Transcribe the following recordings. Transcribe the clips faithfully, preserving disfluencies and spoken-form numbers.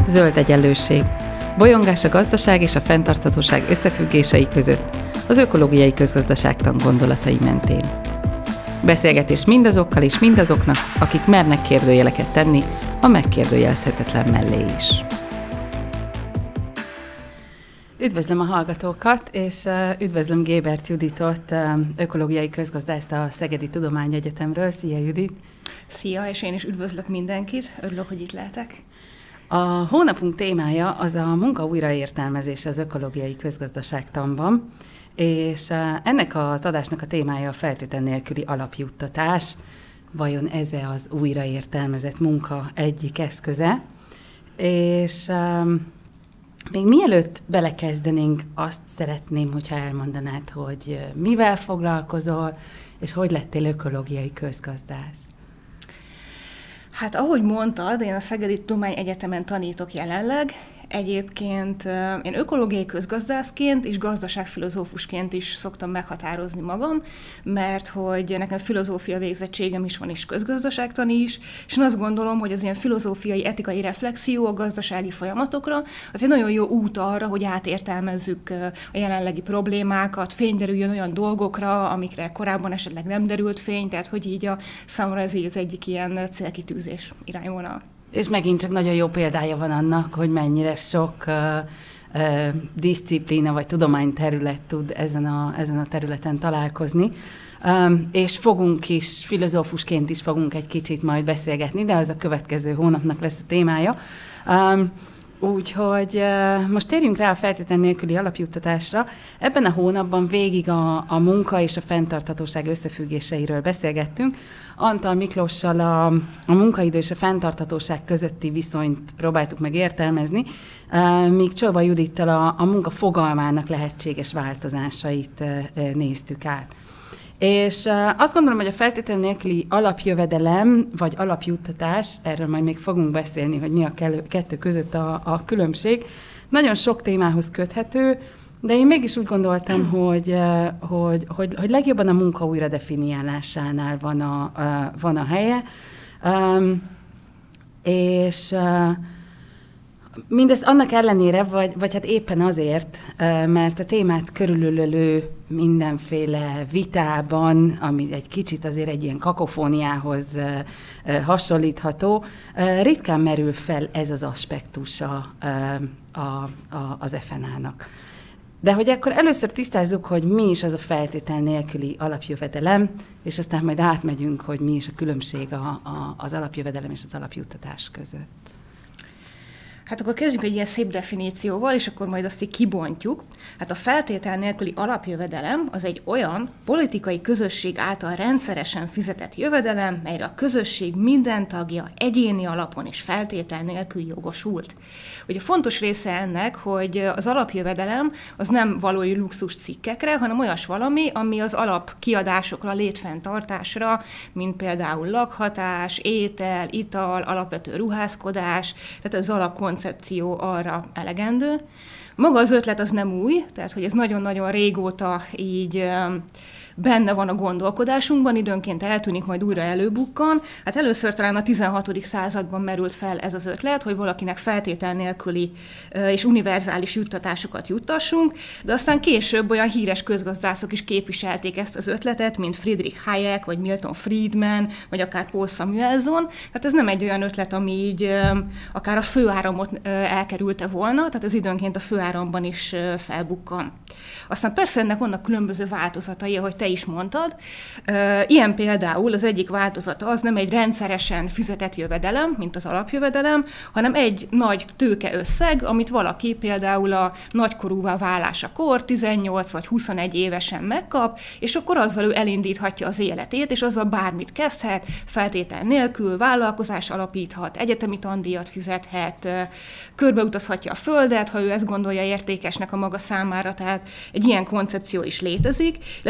Zöld egyenlőség. Bolyongás a gazdaság és a fenntarthatóság összefüggései között, az ökológiai közgazdaságtan gondolatai mentén. Beszélgetés mindazokkal és mindazoknak, akik mernek kérdőjeleket tenni a megkérdőjelezhetetlen mellé is. Üdvözlöm a hallgatókat, és üdvözlöm Gébert Juditot, ökológiai közgazdászt a Szegedi Tudományegyetemről. Szia, Judit! Szia, és én is üdvözlök mindenkit. Örülök, hogy itt lehetek. A hónapunk témája az a munka újraértelmezése az ökológiai közgazdaságtanban, és ennek az adásnak a témája a feltétel nélküli alapjuttatás. Vajon ez az újraértelmezett munka egyik eszköze? És um, még mielőtt belekezdenénk, azt szeretném, hogyha elmondanád, hogy mivel foglalkozol, és hogy lettél ökológiai közgazdász? Hát ahogy mondtad, én a Szegedi Tudományegyetemen tanítok jelenleg. Egyébként én ökológiai közgazdászként és gazdaságfilozófusként is szoktam meghatározni magam, mert hogy nekem filozófia végzettségem is van, és közgazdaságtani is, és én azt gondolom, hogy az ilyen filozófiai, etikai reflexió a gazdasági folyamatokra az egy nagyon jó út arra, hogy átértelmezzük a jelenlegi problémákat, fény derüljön olyan dolgokra, amikre korábban esetleg nem derült fény, tehát hogy így a számomra ez így az egyik ilyen célkitűzés irányvonal. És megint csak nagyon jó példája van annak, hogy mennyire sok uh, uh, diszciplína vagy tudományterület tud ezen a, ezen a területen találkozni. Um, és fogunk is, filozófusként is fogunk egy kicsit majd beszélgetni, de az a következő hónapnak lesz a témája. Um, Úgyhogy uh, most térjünk rá a feltétel nélküli alapjuttatásra. Ebben a hónapban végig a, a munka és a fenntarthatóság összefüggéseiről beszélgettünk. Antal Miklóssal a, a munkaidő és a fenntarthatóság közötti viszonyt próbáltuk meg értelmezni, uh, míg Csolba Judittal a, a munka fogalmának lehetséges változásait uh, néztük át. És uh, azt gondolom, hogy a feltétel nélküli alapjövedelem, vagy alapjuttatás, erről majd még fogunk beszélni, hogy mi a kettő között a, a különbség, nagyon sok témához köthető, de én mégis úgy gondoltam, hogy, uh, hogy, hogy, hogy legjobban a munka újra definiálásánál van a, uh, van a helye, um, és uh, mindezt annak ellenére, vagy, vagy hát éppen azért, mert a témát körülölelő mindenféle vitában, ami egy kicsit azért egy ilyen kakofóniához hasonlítható, ritkán merül fel ez az aspektusa a, a, az ef en á-nak. De hogy akkor először tisztázzuk, hogy mi is az a feltétel nélküli alapjövedelem, és aztán majd átmegyünk, hogy mi is a különbség a, a, az alapjövedelem és az alapjuttatás között. Hát akkor kezdjük egy ilyen szép definícióval, és akkor majd azt így kibontjuk. Hát a feltétel nélküli alapjövedelem az egy olyan politikai közösség által rendszeresen fizetett jövedelem, melyre a közösség minden tagja egyéni alapon és feltétel nélkül jogosult. Ugye fontos része ennek, hogy az alapjövedelem az nem valói luxus cikkekre, hanem olyas valami, ami az alapkiadásokra, létfenntartásra, mint például lakhatás, étel, ital, alapvető ruházkodás, tehát az alapkoncepció koncepció arra elegendő. Maga az ötlet az nem új, tehát hogy ez nagyon-nagyon régóta így benne van a gondolkodásunkban, időnként eltűnik, majd újra előbukkan. Hát először talán a tizenhatodik században merült fel ez az ötlet, hogy valakinek feltétel nélküli és univerzális juttatásokat juttassunk, de aztán később olyan híres közgazdászok is képviselték ezt az ötletet, mint Friedrich Hayek, vagy Milton Friedman, vagy akár Paul Samuelson. Hát ez nem egy olyan ötlet, ami így akár a főáramot elkerülte volna, tehát ez időnként a főáramban is felbukkan. Aztán persze ennek vannak különböző változatai, ahogy te is mondtad. Ilyen például az egyik változata az nem egy rendszeresen fizetett jövedelem, mint az alapjövedelem, hanem egy nagy tőkeösszeg, amit valaki például a nagykorúvá válásakor tizennyolc vagy huszonegy évesen megkap, és akkor azzal ő elindíthatja az életét, és azzal bármit kezdhet, feltétel nélkül, vállalkozás alapíthat, egyetemi tandíjat fizethet, körbeutazhatja a földet, ha ő ezt gondolja értékesnek a maga számára, tehát egy ilyen koncepció is létezik, illetve létezik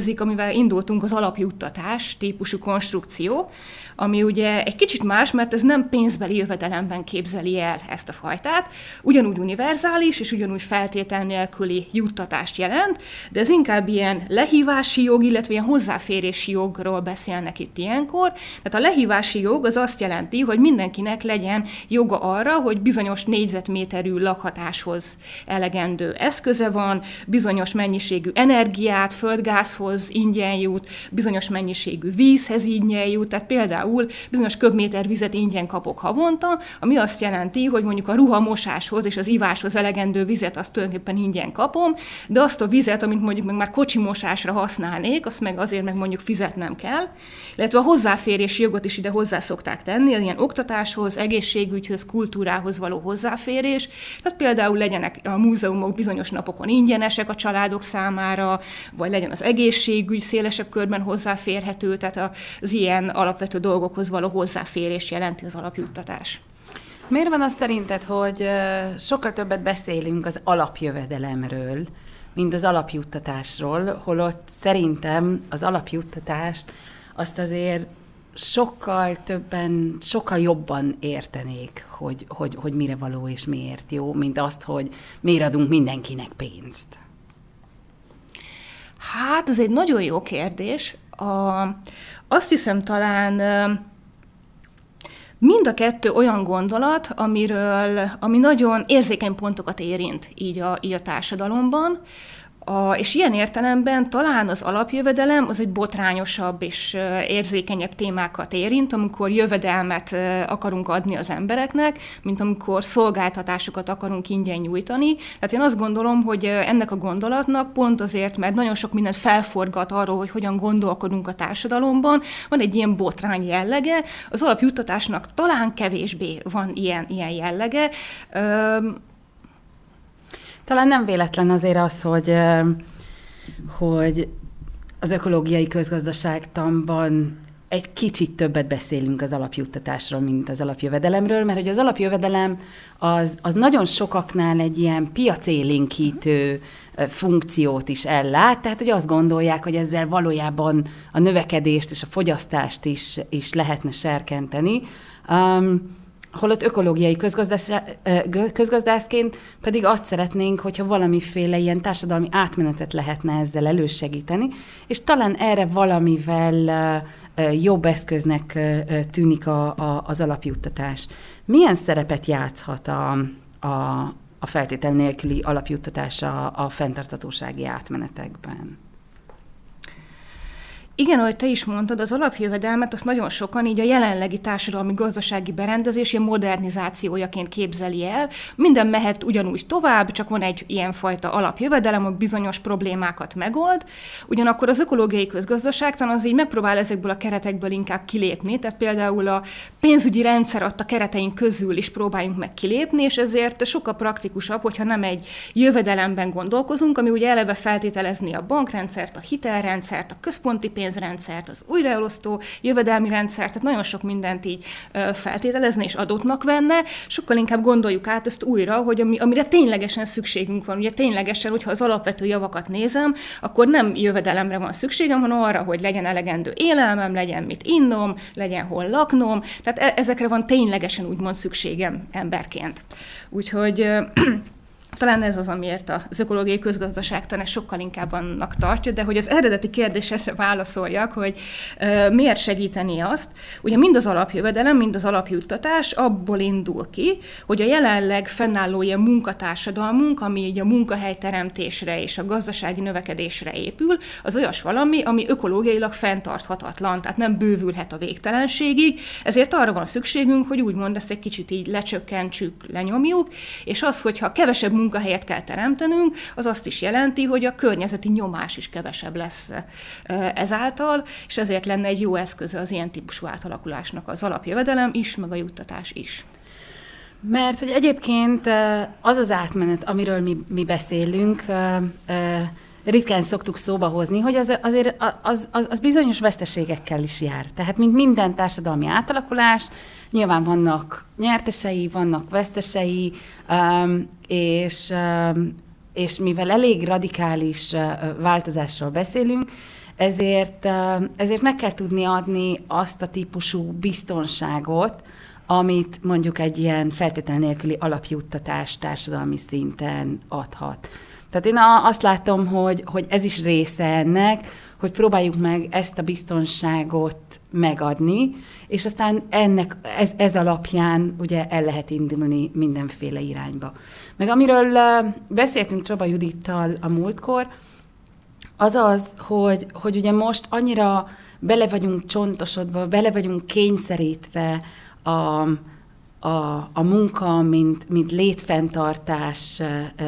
létezik, amivel indultunk, az alapjuttatás típusú konstrukció, ami ugye egy kicsit más, mert ez nem pénzbeli jövedelemben képzeli el ezt a fajtát, ugyanúgy univerzális és ugyanúgy feltétel nélküli juttatást jelent, de ez inkább ilyen lehívási jog, illetve ilyen hozzáférési jogról beszélnek itt ilyenkor. Tehát a lehívási jog az azt jelenti, hogy mindenkinek legyen joga arra, hogy bizonyos négyzetméterű lakhatáshoz elegendő eszköze van, bizonyos mennyiségű energiát, földgázhoz ingyen jut, bizonyos mennyiségű vízhez ingyen jut, tehát például bizonyos köbméter vizet ingyen kapok havonta, ami azt jelenti, hogy mondjuk a ruhamosáshoz és az iváshoz elegendő vizet azt tulajdonképpen ingyen kapom, de azt a vizet, amit mondjuk meg már kocsimosásra használnék, azt meg azért meg mondjuk fizetnem kell, illetve a hozzáférési jogot is ide hozzá szokták tenni, az ilyen oktatáshoz, egészségügyhöz, kultúrához való hozzáférés. Tehát például legyenek a múzeumok bizonyos napokon ingyenesek a családok számára, vagy legyen az egészségügy szélesebb körben hozzáférhető, tehát az ilyen alapvető dolgokhoz való hozzáférés jelenti az alapjuttatás. Miért van az szerinted, hogy sokkal többet beszélünk az alapjövedelemről, mint az alapjuttatásról, holott szerintem az alapjuttatást azt azért sokkal többen, sokkal jobban értenék, hogy, hogy, hogy mire való és miért jó, mint azt, hogy miért adunk mindenkinek pénzt. Hát, ez egy nagyon jó kérdés. A, azt hiszem talán mind a kettő olyan gondolat, amiről, ami nagyon érzékeny pontokat érint így a, így a társadalomban, a, és ilyen értelemben talán az alapjövedelem az egy botrányosabb és érzékenyebb témákat érint, amikor jövedelmet akarunk adni az embereknek, mint amikor szolgáltatásokat akarunk ingyen nyújtani. Tehát én azt gondolom, hogy ennek a gondolatnak pont azért, mert nagyon sok mindent felforgat arról, hogy hogyan gondolkodunk a társadalomban, van egy ilyen botrány jellege, az alapjuttatásnak talán kevésbé van ilyen, ilyen jellege. Talán nem véletlen azért az, hogy, hogy az ökológiai közgazdaságtanban egy kicsit többet beszélünk az alapjuttatásról, mint az alapjövedelemről, mert hogy az alapjövedelem az, az nagyon sokaknál egy ilyen piacélénkítő funkciót is ellát, tehát hogy azt gondolják, hogy ezzel valójában a növekedést és a fogyasztást is, is lehetne serkenteni. Um, holott ökológiai közgazdászként pedig azt szeretnénk, hogyha valamiféle ilyen társadalmi átmenetet lehetne ezzel elősegíteni, és talán erre valamivel jobb eszköznek tűnik a, a, az alapjuttatás. Milyen szerepet játszhat a, a, a feltétel nélküli alapjuttatás a, a fenntarthatósági átmenetekben? Igen, ahogy te is mondtad, az alapjövedelmet azt nagyon sokan így a jelenlegi társadalmi-gazdasági berendezés ilyen modernizációjaként képzeli el. Minden mehet ugyanúgy tovább, csak van egy ilyenfajta alapjövedelem, ami bizonyos problémákat megold. Ugyanakkor az ökológiai közgazdaságtan az így megpróbál ezekből a keretekből inkább kilépni, tehát például a pénzügyi rendszer adta kereteink közül is próbáljunk meg kilépni, és ezért sokkal praktikusabb, hogyha nem egy jövedelemben gondolkozunk, ami ugye eleve feltételezni a bankrendszert, a hitelrendszert, a központi pénz rendszert, az újraelosztó jövedelmi rendszert, tehát nagyon sok mindent így feltételezni és adottnak venne, sokkal inkább gondoljuk át ezt újra, hogy ami, amire ténylegesen szükségünk van. Ugye ténylegesen, hogyha az alapvető javakat nézem, akkor nem jövedelemre van szükségem, hanem arra, hogy legyen elegendő élelmem, legyen mit innom, legyen hol laknom, tehát e- ezekre van ténylegesen úgymond szükségem emberként. Úgyhogy talán ez az, amiért az ökológiai közgazdaságtan sokkal inkább annak tartja, de hogy az eredeti kérdésedre válaszoljak, hogy uh, miért segíteni azt, ugye mind az alapjövedelem, mind az alapjuttatás abból indul ki, hogy a jelenleg fennálló ilyen munkatársadalmunk, ami így a munkahelyteremtésre és a gazdasági növekedésre épül, az olyas valami, ami ökológiailag fenntarthatatlan, tehát nem bővülhet a végtelenségig, ezért arra van szükségünk, hogy úgymond ezt egy kicsit így lecsökkentsük, lenyomjuk, és az, hogyha kevesebb munkahelyet kell teremtenünk, az azt is jelenti, hogy a környezeti nyomás is kevesebb lesz ezáltal, és ezért lenne egy jó eszköze az ilyen típusú átalakulásnak az alapjövedelem is, meg a juttatás is. Mert hogy egyébként az az átmenet, amiről mi, mi beszélünk, ritkán szoktuk szóba hozni, hogy az, azért az, az, az bizonyos veszteségekkel is jár. Tehát, mint minden társadalmi átalakulás, nyilván vannak nyertesei, vannak vesztesei, és, és mivel elég radikális változásról beszélünk, ezért, ezért meg kell tudni adni azt a típusú biztonságot, amit mondjuk egy ilyen feltétel nélküli alapjuttatás társadalmi szinten adhat. Tehát én azt látom, hogy, hogy ez is része ennek, hogy próbáljuk meg ezt a biztonságot megadni, és aztán ennek, ez, ez alapján ugye el lehet indulni mindenféle irányba. Meg amiről beszéltünk Csaba Judittal a múltkor, az az, hogy, hogy ugye most annyira bele vagyunk csontosodva, bele vagyunk kényszerítve a, a, a munka, mint, mint létfenntartás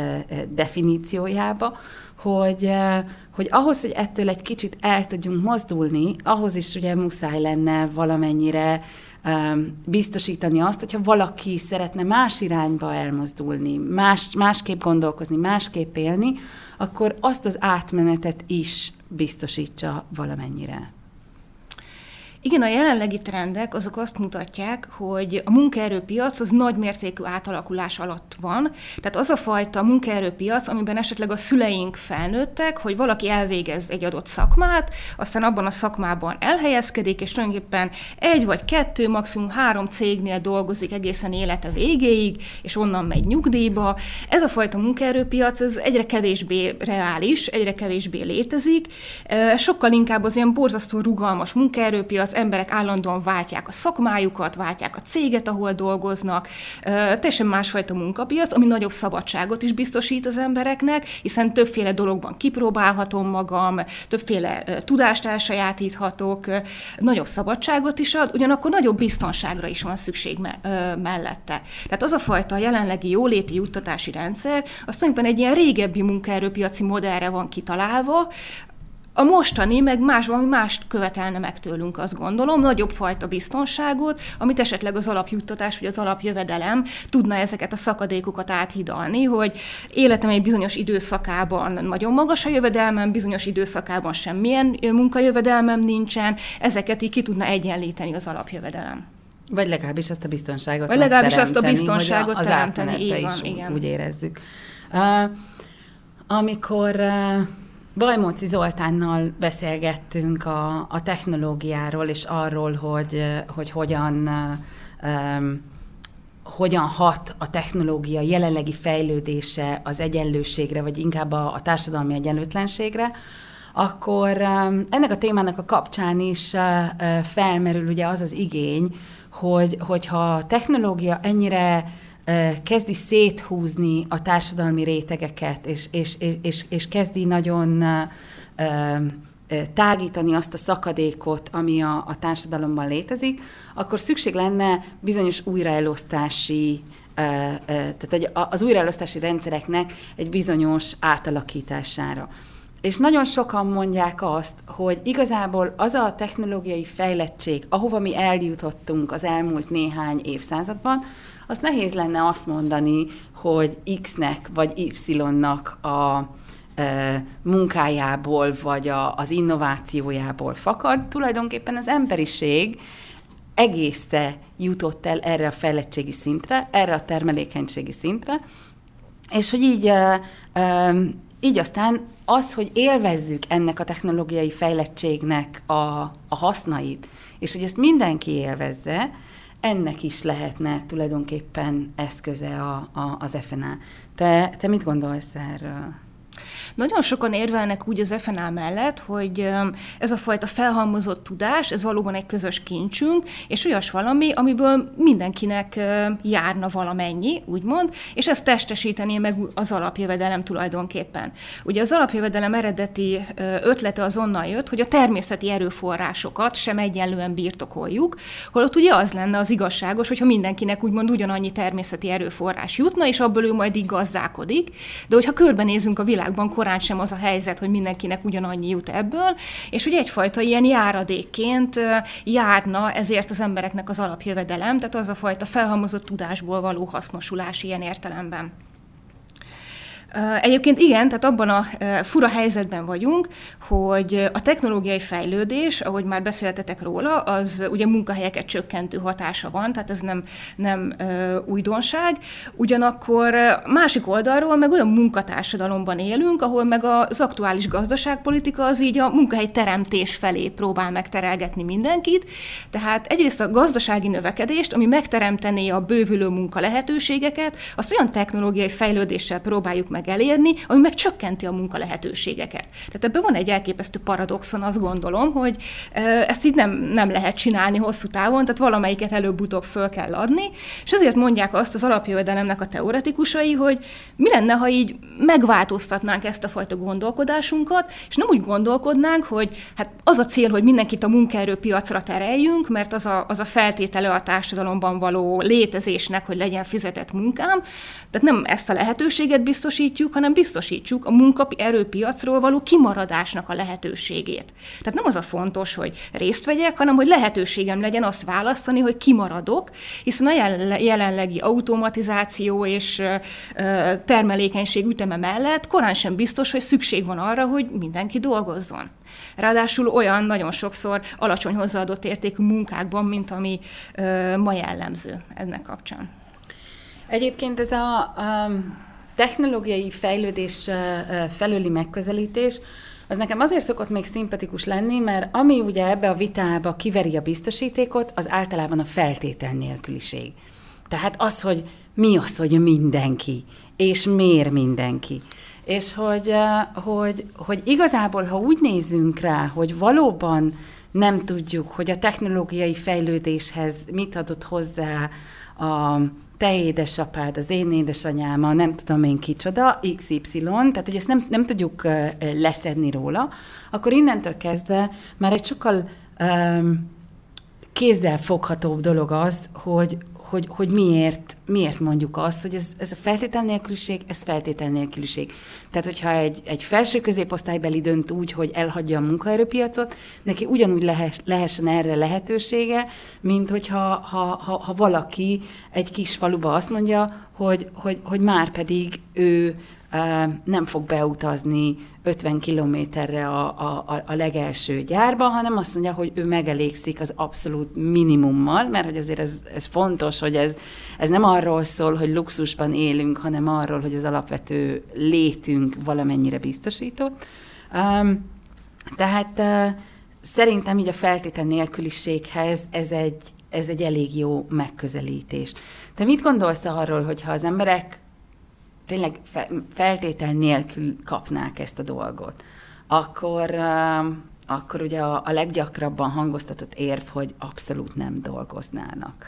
definíciójába, hogy, hogy ahhoz, hogy ettől egy kicsit el tudjunk mozdulni, ahhoz is ugye muszáj lenne valamennyire biztosítani azt, hogyha valaki szeretne más irányba elmozdulni, más, másképp gondolkozni, másképp élni, akkor azt az átmenetet is biztosítsa valamennyire. Igen, a jelenlegi trendek azok azt mutatják, hogy a munkaerőpiac az nagy mértékű átalakulás alatt van. Tehát az a fajta munkaerőpiac, amiben esetleg a szüleink felnőttek, hogy valaki elvégez egy adott szakmát, aztán abban a szakmában elhelyezkedik, és tulajdonképpen egy vagy kettő, maximum három cégnél dolgozik egészen élete végéig, és onnan megy nyugdíjba. Ez a fajta munkaerőpiac ez egyre kevésbé reális, egyre kevésbé létezik. Sokkal inkább az ilyen borzasztó rugalmas munkaerőpiac, az emberek állandóan váltják a szakmájukat, váltják a céget, ahol dolgoznak, teljesen másfajta munkapiac, ami nagyobb szabadságot is biztosít az embereknek, hiszen többféle dologban kipróbálhatom magam, többféle tudást elsajátíthatok, nagyobb szabadságot is ad, ugyanakkor nagyobb biztonságra is van szükség me- mellette. Tehát az a fajta jelenlegi jóléti juttatási rendszer, az tulajdonképpen egy ilyen régebbi munkaerőpiaci modellre van kitalálva. A mostani, meg más, valami mást követelne meg tőlünk, azt gondolom, nagyobb fajta biztonságot, amit esetleg az alapjuttatás vagy az alapjövedelem tudna ezeket a szakadékokat áthidalni, hogy életem egy bizonyos időszakában nagyon magas a jövedelmem, bizonyos időszakában semmilyen munkajövedelmem nincsen, ezeket így ki tudna egyenlíteni az alapjövedelem. Vagy legalábbis azt a biztonságot Vagy legalábbis azt a biztonságot az teremteni, így van, is igen. Úgy érezzük. Uh, amikor... Uh, Bajmóci Zoltánnal beszélgettünk a, a technológiáról, és arról, hogy, hogy hogyan, um, hogyan hat a technológia jelenlegi fejlődése az egyenlőségre, vagy inkább a, a társadalmi egyenlőtlenségre, akkor um, ennek a témának a kapcsán is uh, felmerül ugye az az igény, hogy, hogyha a technológia ennyire kezdi széthúzni a társadalmi rétegeket, és, és, és, és kezdi nagyon tágítani azt a szakadékot, ami a, a társadalomban létezik, akkor szükség lenne bizonyos újraelosztási, tehát az újraelosztási rendszereknek egy bizonyos átalakítására. És nagyon sokan mondják azt, hogy igazából az a technológiai fejlettség, ahova mi eljutottunk az elmúlt néhány évszázadban, azt nehéz lenne azt mondani, hogy X-nek vagy Y-nak a e, munkájából vagy a, az innovációjából fakad. Tulajdonképpen az emberiség egésze jutott el erre a fejlettségi szintre, erre a termelékenységi szintre, és hogy így, e, e, így aztán az, hogy élvezzük ennek a technológiai fejlettségnek a, a hasznait, és hogy ezt mindenki élvezze, ennek is lehetne tulajdonképpen eszköze a, a, az ef en á. Te, te mit gondolsz erről? Nagyon sokan érvelnek úgy az ef en á mellett, hogy ez a fajta felhalmozott tudás, ez valóban egy közös kincsünk, és olyas valami, amiből mindenkinek járna valamennyi, úgymond, és ezt testesítené meg az alapjövedelem tulajdonképpen. Ugye az alapjövedelem eredeti ötlete azonnal jött, hogy a természeti erőforrásokat sem egyenlően birtokoljuk, holott ugye az lenne az igazságos, hogyha mindenkinek úgymond ugyanannyi természeti erőforrás jutna, és abból ő majd így gazdálkodik, de hogyha körbenézünk a világban, korán sem az a helyzet, hogy mindenkinek ugyanannyi jut ebből, és ugye egyfajta ilyen járadékként járna ezért az embereknek az alapjövedelem, tehát az a fajta felhalmozott tudásból való hasznosulás ilyen értelemben. Egyébként igen, tehát abban a fura helyzetben vagyunk, hogy a technológiai fejlődés, ahogy már beszéltetek róla, az ugye munkahelyeket csökkentő hatása van, tehát ez nem, nem újdonság. Ugyanakkor másik oldalról meg olyan munkatársadalomban élünk, ahol meg az aktuális gazdaságpolitika az így a munkahely teremtés felé próbál megterelgetni mindenkit. Tehát egyrészt a gazdasági növekedést, ami megteremtené a bővülő munka lehetőségeket, azt olyan technológiai fejlődéssel próbáljuk meg elérni, ami meg csökkenti a munka lehetőségeket. Tehát ebben van egy elképesztő paradoxon, azt gondolom, hogy ezt így nem, nem lehet csinálni hosszú távon, tehát valamelyiket előbb-utóbb föl kell adni, és azért mondják azt az alapjövedelemnek a teoretikusai, hogy mi lenne, ha így megváltoztatnánk ezt a fajta gondolkodásunkat, és nem úgy gondolkodnánk, hogy hát az a cél, hogy mindenkit a munkaerőpiacra tereljünk, mert az a, az a feltétele a társadalomban való létezésnek, hogy legyen fizetett munkám, tehát nem ezt a lehetőséget biztosítjuk, hanem biztosítsuk a munkaerőpiacról való kimaradásnak a lehetőségét. Tehát nem az a fontos, hogy részt vegyek, hanem hogy lehetőségem legyen azt választani, hogy kimaradok, hiszen a jelenlegi automatizáció és termelékenység üteme mellett korán sem biztos, hogy szükség van arra, hogy mindenki dolgozzon. Ráadásul olyan nagyon sokszor alacsony hozzáadott értékű munkákban, mint ami ma jellemző ennek kapcsán. Egyébként ez a, a technológiai fejlődés felüli megközelítés, az nekem azért szokott még szimpatikus lenni, mert ami ugye ebbe a vitába kiveri a biztosítékot, az általában a feltétel nélküliség. Tehát az, hogy mi az, hogy mindenki, és miért mindenki. És hogy, hogy, hogy igazából, ha úgy nézzünk rá, hogy valóban nem tudjuk, hogy a technológiai fejlődéshez mit adott hozzá a te édesapád, az én édesanyám, a nem tudom én kicsoda, iksz ipszilon, tehát hogy ezt nem, nem tudjuk leszedni róla, akkor innentől kezdve már egy sokkal um, kézzel foghatóbb dolog az, hogy, hogy, hogy miért, miért mondjuk azt, hogy ez, ez a feltétel nélküliség, ez feltétel nélküliség. Tehát, hogyha egy, egy felső középosztálybeli dönt úgy, hogy elhagyja a munkaerőpiacot, neki ugyanúgy lehess, lehessen erre lehetősége, mint hogyha ha, ha, ha valaki egy kis faluba azt mondja, hogy, hogy, hogy már pedig ő uh, nem fog beutazni ötven kilométerre a, a, a legelső gyárba, hanem azt mondja, hogy ő megelégszik az abszolút minimummal, mert hogy azért ez, ez fontos, hogy ez, ez nem arról szól, hogy luxusban élünk, hanem arról, hogy az alapvető létünk valamennyire biztosított. Um, tehát uh, szerintem így a feltétel nélküliséghez ez egy, ez egy elég jó megközelítés. Te mit gondolsz arról, hogyha az emberek tényleg feltétel nélkül kapnák ezt a dolgot, akkor, uh, akkor ugye a, a leggyakrabban hangoztatott érv, hogy abszolút nem dolgoznának.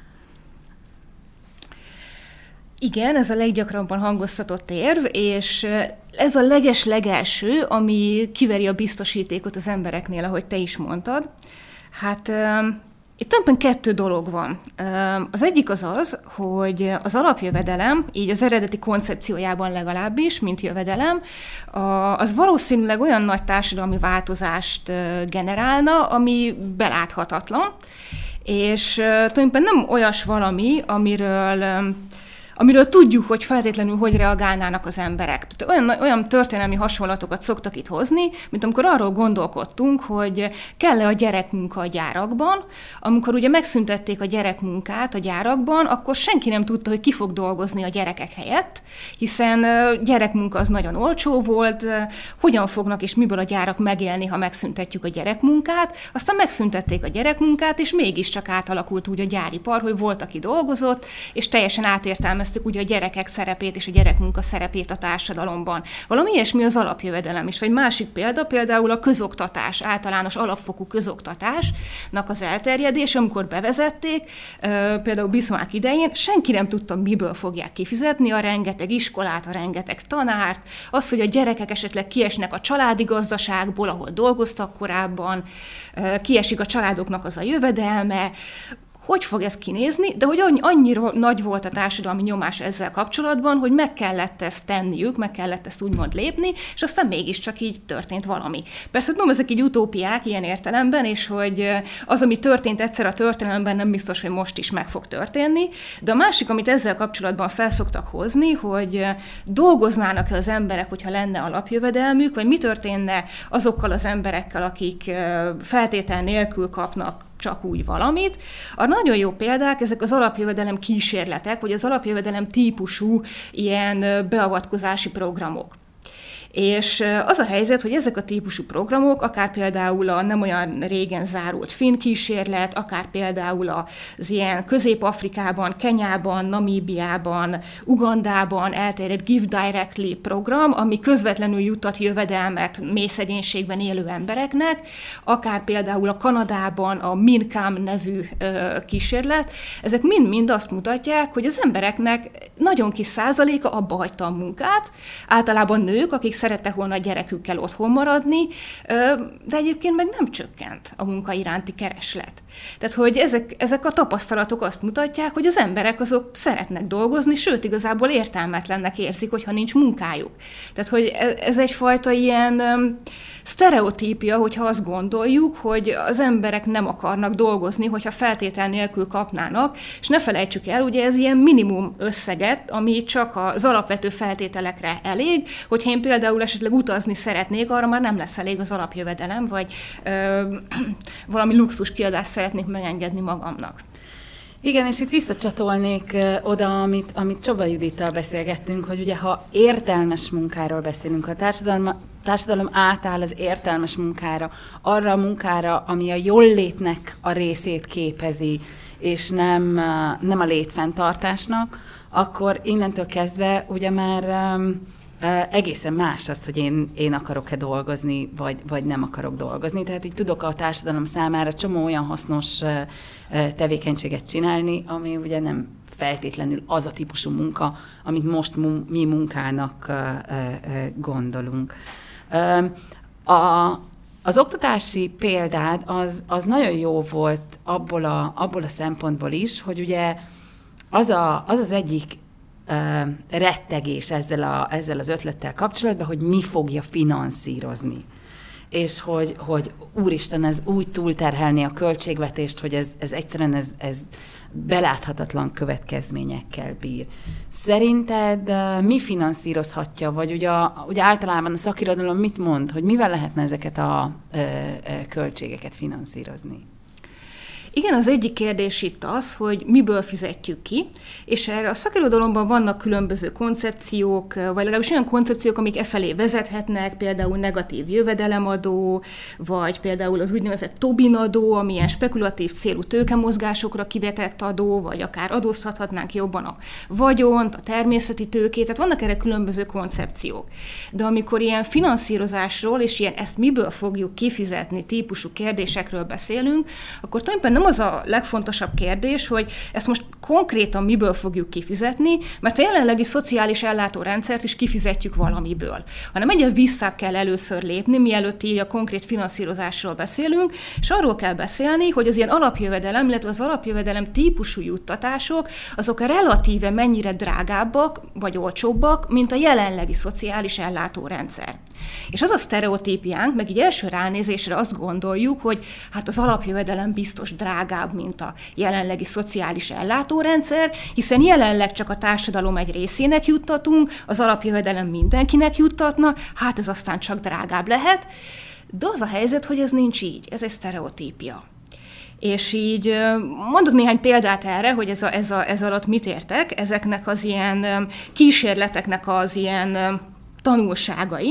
Igen, ez a leggyakrabban hangoztatott érv, és ez a leges-legelső, ami kiveri a biztosítékot az embereknél, ahogy te is mondtad. Hát itt tulajdonképpen kettő dolog van. Az egyik az az, hogy az alapjövedelem, így az eredeti koncepciójában legalábbis, mint jövedelem, az valószínűleg olyan nagy társadalmi változást generálna, ami beláthatatlan, és tulajdonképpen nem olyas valami, amiről... amiről tudjuk, hogy feltétlenül hogy reagálnának az emberek. Tehát olyan, olyan történelmi hasonlatokat szoktak itt hozni, mint amikor arról gondolkodtunk, hogy kell-e a gyerekmunka a gyárakban. Amikor ugye megszüntették a gyerekmunkát a gyárakban, akkor senki nem tudta, hogy ki fog dolgozni a gyerekek helyett, hiszen gyerekmunka az nagyon olcsó volt, hogyan fognak és miből a gyárak megélni, ha megszüntetjük a gyerekmunkát. Aztán megszüntették a gyerekmunkát, és mégiscsak átalakult úgy a gyáripar, hogy volt, aki dolgozott, és teljesen átértelmezték ugye a gyerekek szerepét és a gyerekmunka szerepét a társadalomban. Valami ilyesmi az alapjövedelem is. Vagy másik példa, például a közoktatás, általános alapfokú közoktatásnak az elterjedése, amikor bevezették, például Bismarck idején, senki nem tudta, miből fogják kifizetni a rengeteg iskolát, a rengeteg tanárt, az, hogy a gyerekek esetleg kiesnek a családi gazdaságból, ahol dolgoztak korábban, kiesik a családoknak az a jövedelme, hogy fog ez kinézni, de hogy annyira nagy volt a társadalmi nyomás ezzel kapcsolatban, hogy meg kellett ezt tenniük, meg kellett ezt úgymond lépni, és aztán mégiscsak így történt valami. Persze tudom, ezek így utópiák ilyen értelemben, és hogy az, ami történt egyszer a történelemben, nem biztos, hogy most is meg fog történni, de a másik, amit ezzel kapcsolatban felszoktak hozni, hogy dolgoznának-e az emberek, hogyha lenne alapjövedelmük, vagy mi történne azokkal az emberekkel, akik feltétel nélkül kapnak csak úgy valamit. A nagyon jó példák ezek az alapjövedelem kísérletek, vagy az alapjövedelem típusú ilyen beavatkozási programok. És az a helyzet, hogy ezek a típusú programok, akár például a nem olyan régen zárult finn kísérlet, akár például az ilyen Közép-Afrikában, Kenyában, Namíbiában, Ugandában elterjedt Give Directly program, ami közvetlenül juttat jövedelmet mély szegénységben élő embereknek, akár például a Kanadában a Mincam nevű kísérlet, ezek mind-mind azt mutatják, hogy az embereknek nagyon kis százaléka abba hagyta a munkát, általában nők, akik szerettek volna a gyerekükkel otthon maradni, de egyébként meg nem csökkent a munka iránti kereslet. Tehát, hogy ezek, ezek a tapasztalatok azt mutatják, hogy az emberek azok szeretnek dolgozni, sőt, igazából értelmetlennek érzik, hogyha nincs munkájuk. Tehát, hogy ez egyfajta ilyen sztereotípia, hogyha azt gondoljuk, hogy az emberek nem akarnak dolgozni, hogyha feltétel nélkül kapnának, és ne felejtsük el, ugye ez ilyen minimum összeget, ami csak az alapvető feltételekre elég, hogyha én például esetleg utazni szeretnék, arra már nem lesz elég az alapjövedelem, vagy ö, valami luxus kiadást szeretnék megengedni magamnak. Igen, és itt visszacsatolnék oda, amit, amit Csoba Judittal beszélgettünk, hogy ugye ha értelmes munkáról beszélünk, a társadalom, társadalom átáll az értelmes munkára, arra a munkára, ami a jóllétnek a részét képezi, és nem, nem a létfenntartásnak, akkor innentől kezdve ugye már um, egészen más az, hogy én, én akarok-e dolgozni, vagy, vagy nem akarok dolgozni. Tehát így tudok a társadalom számára csomó olyan hasznos tevékenységet csinálni, ami ugye nem feltétlenül az a típusú munka, amit most mi munkának gondolunk. A, az oktatási példád az, az nagyon jó volt abból a, abból a szempontból is, hogy ugye az a, az, az egyik Uh, rettegés ezzel, a, ezzel az ötlettel kapcsolatban, hogy mi fogja finanszírozni. És hogy, hogy úristen, ez úgy túlterhelni a költségvetést, hogy ez, ez egyszerűen ez, ez beláthatatlan következményekkel bír. Szerinted uh, mi finanszírozhatja, vagy ugye, ugye általában a szakirodalom mit mond, hogy mivel lehetne ezeket a uh, uh, költségeket finanszírozni? Igen, az egyik kérdés itt az, hogy miből fizetjük ki, és erre a szakirodalomban vannak különböző koncepciók, vagy legalábbis olyan koncepciók, amik e felé vezethetnek, például negatív jövedelemadó, vagy például az úgynevezett Tobin adó, ami ilyen spekulatív célú tőkemozgásokra kivetett adó, vagy akár adóztathatnánk jobban a vagyont, a természeti tőkét, tehát vannak erre különböző koncepciók. De amikor ilyen finanszírozásról, és ilyen ezt miből fogjuk kifizetni típusú kérdésekről beszélünk, akkor tulajdonképpen nem az a legfontosabb kérdés, hogy ezt most konkrétan miből fogjuk kifizetni, mert a jelenlegi szociális ellátórendszert is kifizetjük valamiből, hanem egyen visszább kell először lépni, mielőtt így a konkrét finanszírozásról beszélünk, és arról kell beszélni, hogy az ilyen alapjövedelem, illetve az alapjövedelem típusú juttatások, azok relatíve mennyire drágábbak, vagy olcsóbbak, mint a jelenlegi szociális ellátórendszer. És az a sztereotípiánk, meg így első ránézésre azt gondoljuk, hogy hát az alapjövedelem biztos drágább, mint a jelenlegi szociális ellátórendszer, hiszen jelenleg csak a társadalom egy részének juttatunk, az alapjövedelem mindenkinek juttatna, hát ez aztán csak drágább lehet, de az a helyzet, hogy ez nincs így, ez egy sztereotípia. És így mondok néhány példát erre, hogy ez, a, ez, a, ez alatt mit értek, ezeknek az ilyen kísérleteknek az ilyen tanulságai.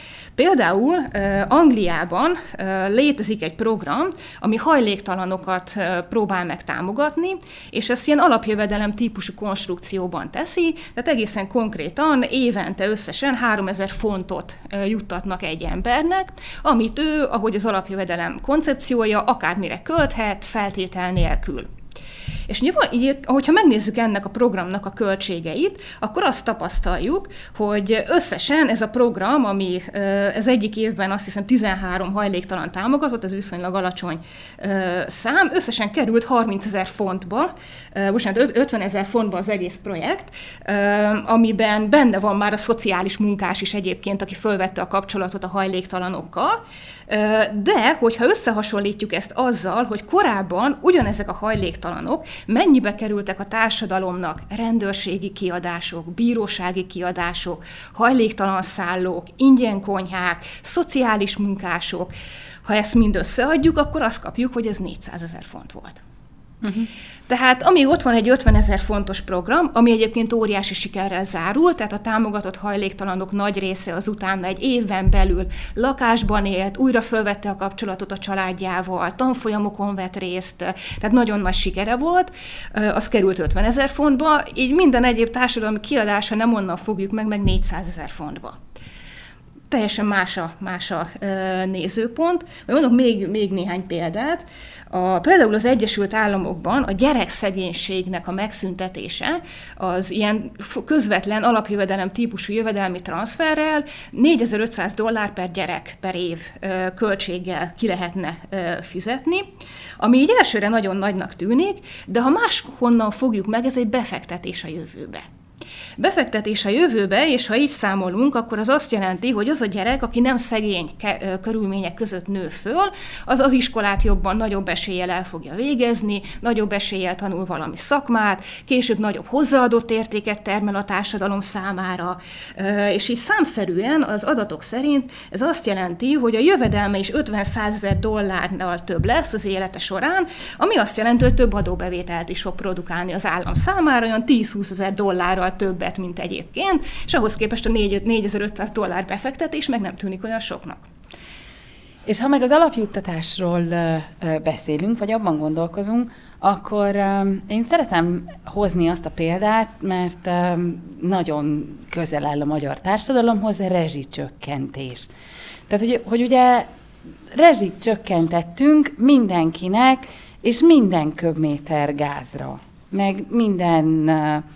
Például Angliában létezik egy program, ami hajléktalanokat próbál meg támogatni, és ezt ilyen alapjövedelem típusú konstrukcióban teszi, tehát egészen konkrétan évente összesen háromezer fontot juttatnak egy embernek, amit ő, ahogy az alapjövedelem koncepciója, akármire költhet, feltétel nélkül. És nyilván, így, ahogyha megnézzük ennek a programnak a költségeit, akkor azt tapasztaljuk, hogy összesen ez a program, ami ez egyik évben azt hiszem tizenhárom hajléktalan támogatott, ez viszonylag alacsony szám, összesen került harmincezer fontba, bocsánat, ötvenezer fontba az egész projekt, amiben benne van már a szociális munkás is egyébként, aki fölvette a kapcsolatot a hajléktalanokkal, de hogyha összehasonlítjuk ezt azzal, hogy korábban ugyanezek a hajléktalanok mennyibe kerültek a társadalomnak, rendőrségi kiadások, bírósági kiadások, hajléktalan szállók, ingyen konyhák, szociális munkások, ha ezt mind összeadjuk, akkor azt kapjuk, hogy ez négyszázezer font volt. Uh-huh. Tehát amíg ott van egy ötvenezer fontos program, ami egyébként óriási sikerrel zárul, tehát a támogatott hajléktalanok nagy része az utána egy évben belül lakásban élt, újra fölvette a kapcsolatot a családjával, tanfolyamokon vett részt, tehát nagyon nagy sikere volt, az került ötvenezer fontba, így minden egyéb társadalmi kiadása nem onnan fogjuk meg, meg négyszázezer fontba. Teljesen más a, más a e, nézőpont. Mondok még, még néhány példát. A, például az Egyesült Államokban a gyerekszegénységnek a megszüntetése az ilyen közvetlen alapjövedelem típusú jövedelmi transferrel négyezer-ötszáz dollár per gyerek per év e, költséggel ki lehetne e, fizetni, ami így elsőre nagyon nagynak tűnik, de ha máshonnan fogjuk meg, ez egy befektetés a jövőbe. Befektetés a jövőbe, és ha így számolunk, akkor az azt jelenti, hogy az a gyerek, aki nem szegény ke- körülmények között nő föl, az az iskolát jobban, nagyobb eséllyel el fogja végezni, nagyobb eséllyel tanul valami szakmát, később nagyobb hozzáadott értéket termel a társadalom számára, és így számszerűen az adatok szerint ez azt jelenti, hogy a jövedelme is ötven-százezer dollárnal több lesz az élete során, ami azt jelenti, hogy több adóbevételt is fog produkálni az állam számára, olyan tíz-húszezer dollárral többet, mint egyébként, és ahhoz képest a négyezer-ötszáz dollár befektetés meg nem tűnik olyan soknak. És ha meg az alapjuttatásról beszélünk, vagy abban gondolkozunk, akkor én szeretem hozni azt a példát, mert nagyon közel áll a magyar társadalomhoz a rezsicsökkentés. Tehát, hogy, hogy ugye rezsit csökkentettünk mindenkinek, és minden köbméter gázra, meg minden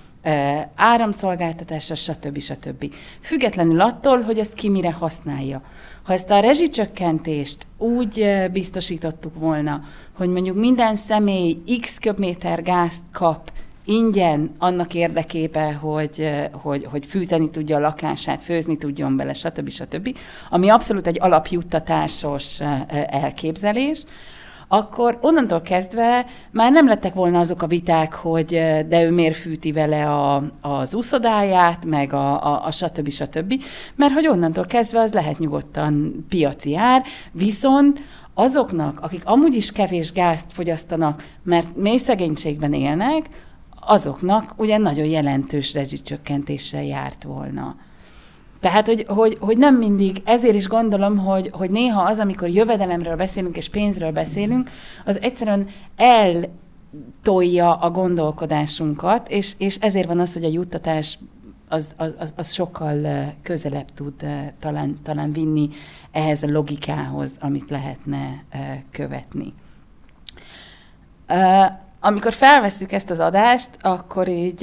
áramszolgáltatásra, stb. stb. Függetlenül attól, hogy ezt ki mire használja. Ha ezt a rezsicsökkentést úgy biztosítottuk volna, hogy mondjuk minden személy x köbméter gázt kap ingyen annak érdekében, hogy, hogy, hogy fűteni tudja a lakását, főzni tudjon bele, stb. stb., ami abszolút egy alapjuttatásos elképzelés, akkor onnantól kezdve már nem lettek volna azok a viták, hogy de ő miért fűti vele a, az úszodáját, meg a, a, a stb. stb., mert hogy onnantól kezdve az lehet nyugodtan piaci ár, viszont azoknak, akik amúgy is kevés gázt fogyasztanak, mert mély szegénységben élnek, azoknak ugye nagyon jelentős rezsicsökkentéssel járt volna. Tehát, hogy, hogy, hogy nem mindig, ezért is gondolom, hogy, hogy néha az, amikor jövedelemről beszélünk és pénzről beszélünk, az egyszerűen eltolja a gondolkodásunkat, és, és ezért van az, hogy a juttatás az, az, az sokkal közelebb tud talán, talán vinni ehhez a logikához, amit lehetne követni. Amikor felvesszük ezt az adást, akkor így...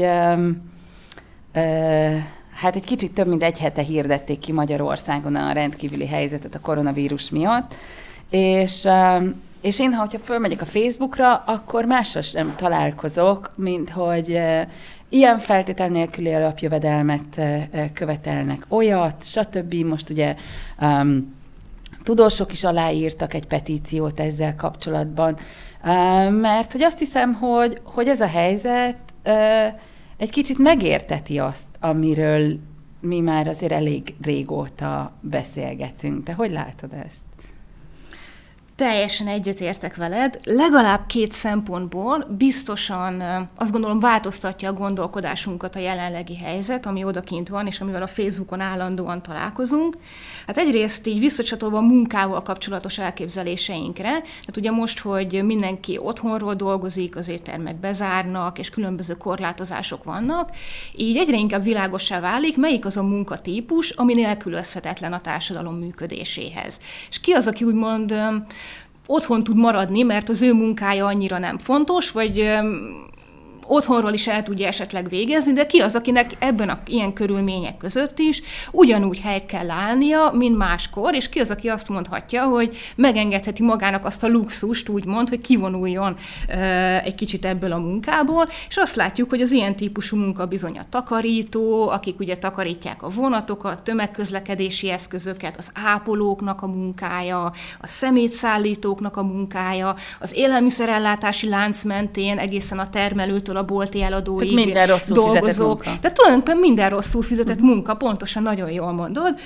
Hát egy kicsit több mint egy hete hirdették ki Magyarországon a rendkívüli helyzetet a koronavírus miatt, és, és én, ha fölmegyek a Facebookra, akkor mással sem találkozok, mint hogy ilyen feltétel nélküli alapjövedelmet követelnek, olyat, stb. Most ugye um, tudósok is aláírtak egy petíciót ezzel kapcsolatban, uh, mert hogy azt hiszem, hogy, hogy ez a helyzet uh, egy kicsit megérteti azt, amiről mi már azért elég régóta beszélgetünk. Te hogy látod ezt? Teljesen egyetértek veled. Legalább két szempontból biztosan azt gondolom változtatja a gondolkodásunkat a jelenlegi helyzet, ami odakint van, és amivel a Facebookon állandóan találkozunk. Hát egyrészt így visszacsatolva a munkával kapcsolatos elképzeléseinkre, tehát ugye most, hogy mindenki otthonról dolgozik, az éttermek bezárnak, és különböző korlátozások vannak, így egyre inkább világossá válik, melyik az a munkatípus, ami nélkülözhetetlen a társadalom működéséhez. És ki az, aki úgymond otthon tud maradni, mert az ő munkája annyira nem fontos, vagy otthonról is el tudja esetleg végezni, de ki az, akinek ebben a ilyen körülmények között is ugyanúgy helyt kell állnia, mint máskor, és ki az, aki azt mondhatja, hogy megengedheti magának azt a luxust, úgymond, hogy kivonuljon egy kicsit ebből a munkából, és azt látjuk, hogy az ilyen típusú munka bizony a takarító, akik ugye takarítják a vonatokat, tömegközlekedési eszközöket, az ápolóknak a munkája, a szemétszállítóknak a munkája, az élelmiszerellátási lánc mentén egészen a termelőtől a bolti eladóig tehát minden rosszul dolgozók. Tehát tulajdonképpen minden rosszul fizetett munka, pontosan nagyon jól mondod.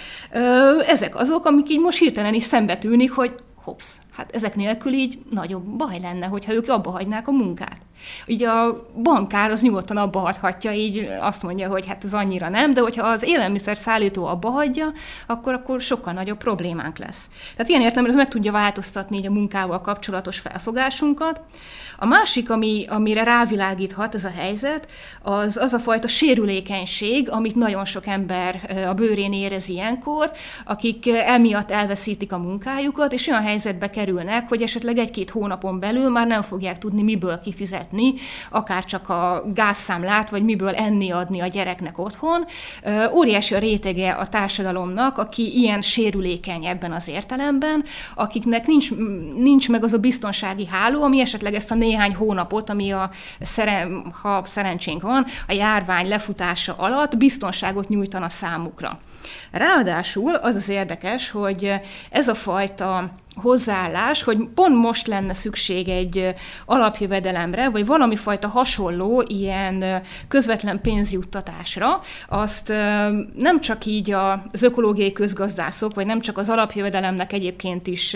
Ezek azok, amik így most hirtelen is szembe tűnik, hogy hopsz, hát ezek nélkül így nagyobb baj lenne, hogyha ők abba hagynák a munkát. Ugye a bankár az nyugodtan abba hagyhatja, így azt mondja, hogy hát ez annyira nem, de hogyha az élelmiszer szállító abba hagyja, akkor, akkor sokkal nagyobb problémánk lesz. Tehát ilyen értelemben ez meg tudja változtatni így a munkával kapcsolatos felfogásunkat. A másik, ami, amire rávilágíthat ez a helyzet, az az a fajta sérülékenység, amit nagyon sok ember a bőrén érez ilyenkor, akik emiatt elveszítik a munkájukat, és olyan helyzetbe kerülnek, hogy esetleg egy-két hónapon belül már nem fogják tudni miből kifizetni, akár csak a gázszámlát, vagy miből enni-adni a gyereknek otthon. Óriási a rétege a társadalomnak, aki ilyen sérülékeny ebben az értelemben, akiknek nincs, nincs meg az a biztonsági háló, ami esetleg ezt a néhány hónapot, ami a szeren, ha szerencsénk van, a járvány lefutása alatt biztonságot nyújtana számukra. Ráadásul az az érdekes, hogy ez a fajta hozzáállás, hogy pont most lenne szükség egy alapjövedelemre, vagy valami fajta hasonló ilyen közvetlen pénzjuttatásra, azt nem csak így az ökológiai közgazdászok, vagy nem csak az alapjövedelemnek egyébként is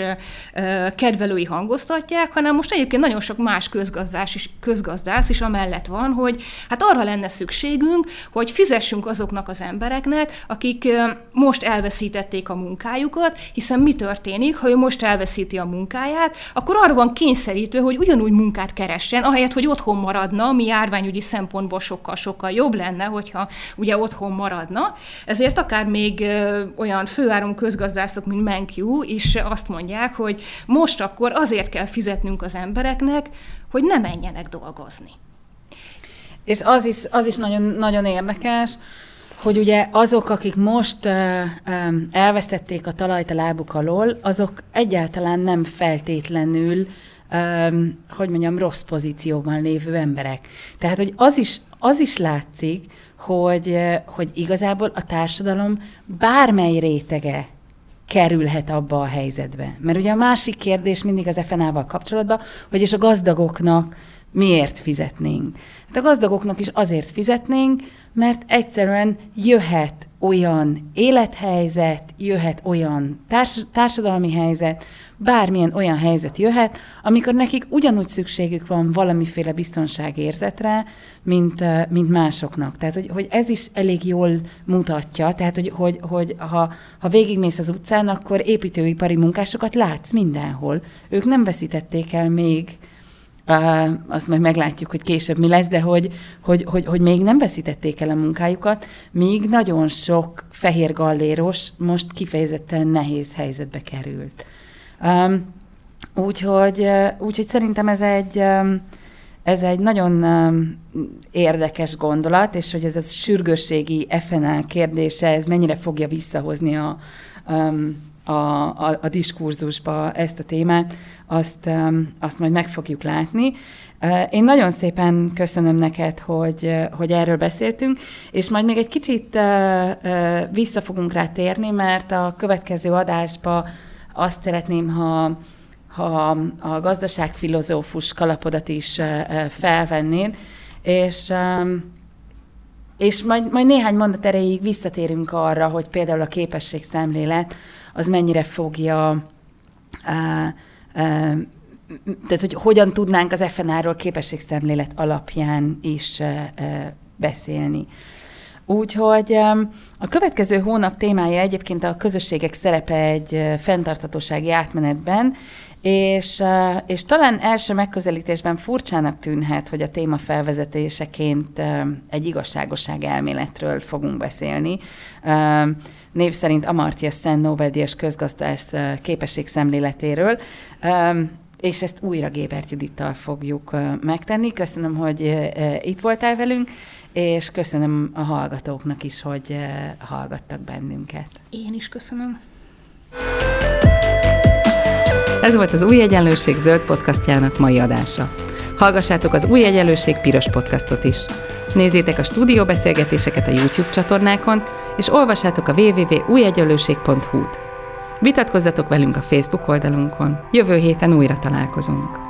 kedvelői hangoztatják, hanem most egyébként nagyon sok más közgazdász is, közgazdász is amellett van, hogy hát arra lenne szükségünk, hogy fizessünk azoknak az embereknek, akik most elveszítették a munkájukat, hiszen mi történik, ha ő most elveszíti a munkáját, akkor arra van kényszerítve, hogy ugyanúgy munkát keressen, ahelyett, hogy otthon maradna, ami járványügyi szempontból sokkal-sokkal jobb lenne, hogyha ugye otthon maradna. Ezért akár még ö, olyan főáron közgazdászok, mint Mankiw is azt mondják, hogy most akkor azért kell fizetnünk az embereknek, hogy ne menjenek dolgozni. És az is, az is nagyon, nagyon érdekes, hogy ugye azok, akik most uh, um, elvesztették a talajt a lábuk alól, azok egyáltalán nem feltétlenül, um, hogy mondjam, rossz pozícióban lévő emberek. Tehát, hogy az is, az is látszik, hogy, uh, hogy igazából a társadalom bármely rétege kerülhet abba a helyzetbe. Mert ugye a másik kérdés mindig az ef en á-val kapcsolatban, hogy és a gazdagoknak miért fizetnénk. Hát a gazdagoknak is azért fizetnénk, mert egyszerűen jöhet olyan élethelyzet, jöhet olyan társ- társadalmi helyzet, bármilyen olyan helyzet jöhet, amikor nekik ugyanúgy szükségük van valamiféle biztonságérzetre, mint, mint másoknak. Tehát, hogy, hogy ez is elég jól mutatja, tehát, hogy, hogy, hogy ha, ha végigmész az utcán, akkor építőipari munkásokat látsz mindenhol. Ők nem veszítették el még, Uh, azt majd meglátjuk, hogy később mi lesz, de hogy, hogy, hogy, hogy még nem veszítették el a munkájukat, míg nagyon sok fehér galléros most kifejezetten nehéz helyzetbe került. Um, úgyhogy, uh, úgyhogy szerintem ez egy, um, ez egy nagyon um, érdekes gondolat, és hogy ez a sürgősségi ef en á kérdése, ez mennyire fogja visszahozni a um, A, a, a diskurzusba ezt a témát, azt, um, azt majd meg fogjuk látni. Uh, én nagyon szépen köszönöm neked, hogy, uh, hogy erről beszéltünk, és majd még egy kicsit uh, uh, vissza fogunk rá térni, mert a következő adásba azt szeretném, ha, ha a gazdaságfilozófus kalapodat is uh, uh, felvennéd, és... Um, És majd, majd néhány mondat erejéig visszatérünk arra, hogy például a képességszemlélet az mennyire fogja, uh, uh, tehát hogy hogyan tudnánk az ef en á-ról képességszemlélet alapján is uh, uh, beszélni. Úgyhogy um, a következő hónap témája egyébként a közösségek szerepe egy uh, fenntarthatósági átmenetben, És, és talán első megközelítésben furcsának tűnhet, hogy a téma felvezetéseként egy igazságosság elméletről fogunk beszélni. Név szerint Amartya Sen Nobel-díjas közgazdász képességszemléletéről. és ezt újra Gébert Judittal fogjuk megtenni. Köszönöm, hogy itt voltál velünk, és köszönöm a hallgatóknak is, hogy hallgattak bennünket. Én is köszönöm. Ez volt az Új Egyenlőség zöld podcastjának mai adása. Hallgassátok az Új Egyenlőség piros podcastot is. Nézzétek a stúdióbeszélgetéseket a YouTube csatornákon, és olvassátok a double-u double-u double-u pont új egyenlőség pont hu-t. Vitatkozzatok velünk a Facebook oldalunkon. Jövő héten újra találkozunk.